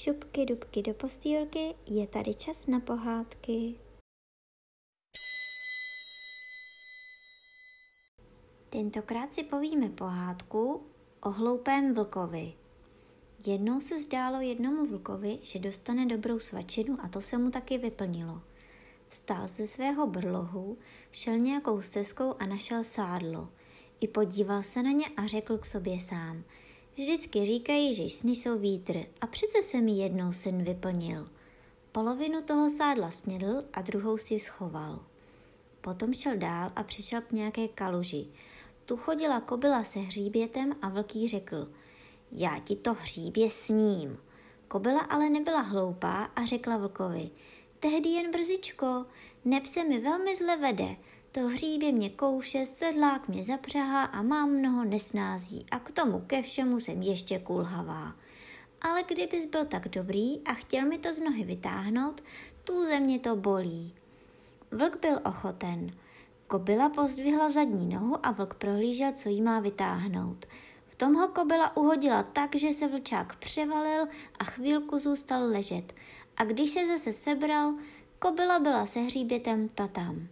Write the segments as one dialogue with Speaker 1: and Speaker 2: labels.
Speaker 1: šupky dubky do postýlky, je tady čas na pohádky. Tentokrát si povíme pohádku o hloupém vlkovi. Jednou se zdálo jednomu vlkovi, že dostane dobrou svačinu a to se mu taky vyplnilo. Vstal ze svého brlohu, šel nějakou stezkou a našel sádlo. I podíval se na ně a řekl k sobě sám: vždycky říkají, že sny jsou vítr a přece se mi jednou sen vyplnil. Polovinu toho sádla snědl a druhou si schoval. Potom šel dál a přišel k nějaké kaluži. Tu chodila kobyla se hříbětem a vlk jí řekl: já ti to hříbě sním. Kobyla ale nebyla hloupá a řekla vlkovi: tehdy jen brzičko, neb se mi velmi zle vede. To hříbě mě kouše, sedlák mě zapřahá a mám mnoho nesnází a k tomu ke všemu jsem ještě kulhavá. Ale kdybys byl tak dobrý a chtěl mi to z nohy vytáhnout, tůze mě to bolí. Vlk byl ochoten. Kobyla pozdvihla zadní nohu a vlk prohlížel, co jí má vytáhnout. V tom ho kobyla uhodila tak, že se vlčák převalil a chvílku zůstal ležet. A když se zase sebral, kobyla byla se hříbětem tatam.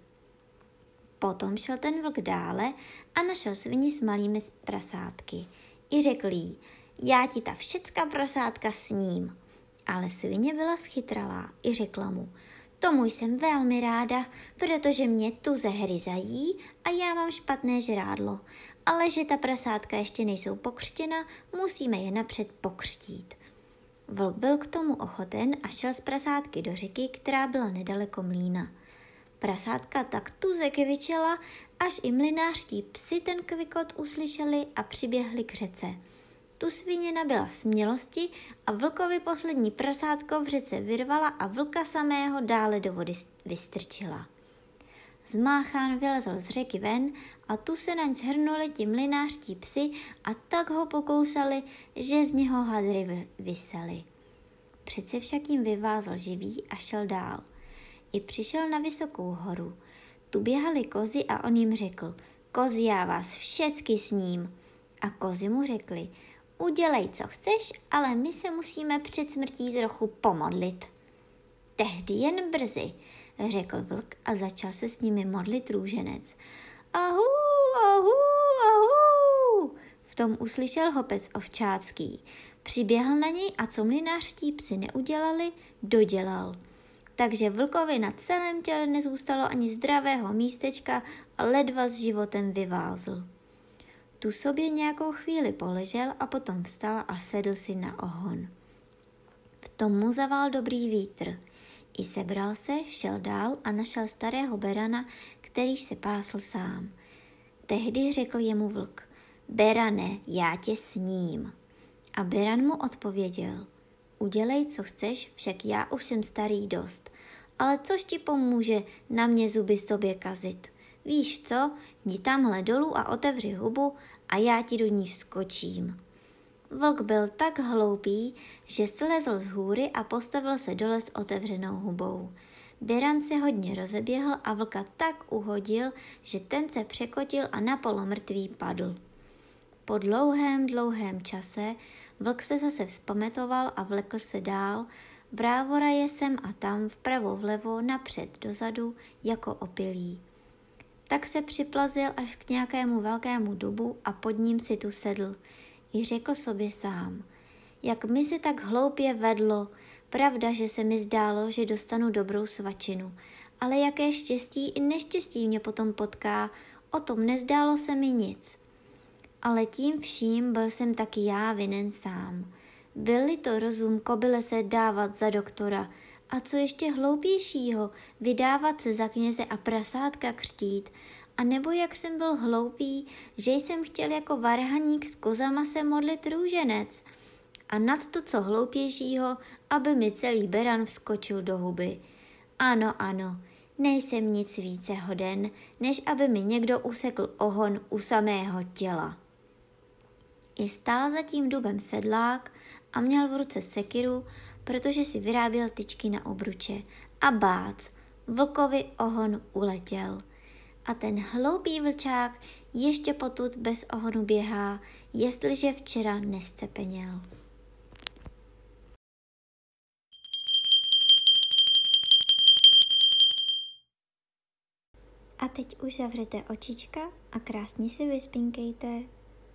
Speaker 1: Potom šel ten vlk dále a našel svini s malými prasátky. I řekl jí: já ti ta všecka prasátka sním. Ale svině byla schytralá. I řekla mu: tomu jsem velmi ráda, protože mě tu zehryzají a já mám špatné žrádlo. Ale že ta prasátka ještě nejsou pokřtěna, musíme je napřed pokřtít. Vlk byl k tomu ochoten a šel z prasátky do řeky, která byla nedaleko mlýna. Prasátka tak tuze kvičela, až i mlynářští psi ten kvikot uslyšeli a přiběhli k řece. Tu svině nabyla smělosti a vlkovi poslední prasátko v řece vyrvala a vlka samého dále do vody vystrčila. Zmáchán vylezl z řeky ven a tu se naň shrnuli ti mlynářští psi a tak ho pokousali, že z něho hadry visely. Přece však jim vyvázl živý a šel dál. I přišel na vysokou horu. Tu běhaly kozy a on jim řekl: kozy, já vás všecky sním. A kozy mu řekly: udělej, co chceš, ale my se musíme před smrtí trochu pomodlit. Tehdy jen brzy, řekl vlk a začal se s nimi modlit růženec. Ahu, ahu, ahu. V tom uslyšel hopec ovčácký. Přiběhl na něj a co mlynářští psi neudělali, dodělal. Takže vlkovi na celém těle nezůstalo ani zdravého místečka a ledva s životem vyvázl. Tu sobě nějakou chvíli poležel a potom vstal a sedl si na ohon. V tom mu zavál dobrý vítr. I sebral se, šel dál a našel starého berana, který se pásl sám. Tehdy řekl jemu vlk: berane, já tě sním. A beran mu odpověděl: udělej, co chceš, však já už jsem starý dost. Ale což ti pomůže na mě zuby sobě kazit? Víš co, jdi tamhle dolů a otevři hubu a já ti do ní vskočím. Vlk byl tak hloupý, že slezl z hůry a postavil se dole s otevřenou hubou. Beran se hodně rozeběhl a vlka tak uhodil, že ten se překotil a na polomrtvý padl. Po dlouhém čase vlk se zase vzpamatoval a vlekl se dál, vrávoraje sem a tam, vpravo vlevo, napřed dozadu, jako opilý. Tak se připlazil až k nějakému velkému dubu a pod ním si tu sedl. I řekl sobě sám: jak mi se tak hloupě vedlo, pravda, že se mi zdálo, že dostanu dobrou svačinu, ale jaké štěstí i neštěstí mě potom potká, o tom nezdálo se mi nic. Ale tím vším byl jsem taky já vinen sám. Byl-li to rozum kobyle se dávat za doktora a co ještě hloupějšího, vydávat se za kněze a prasátka křtít, a nebo jak jsem byl hloupý, že jsem chtěl jako varhaník s kozama se modlit růženec. A nad to, co hloupějšího, aby mi celý beran vskočil do huby. Ano, nejsem nic více hoden, než aby mi někdo usekl ohon u samého těla. I stál za tím dubem sedlák a měl v ruce sekiru, protože si vyráběl tyčky na obruče. A bác, vlkovi ohon uletěl. A ten hloupý vlčák ještě potud bez ohonu běhá, jestliže včera nescepeněl. A teď už zavřete očička a krásně si vyspinkejte.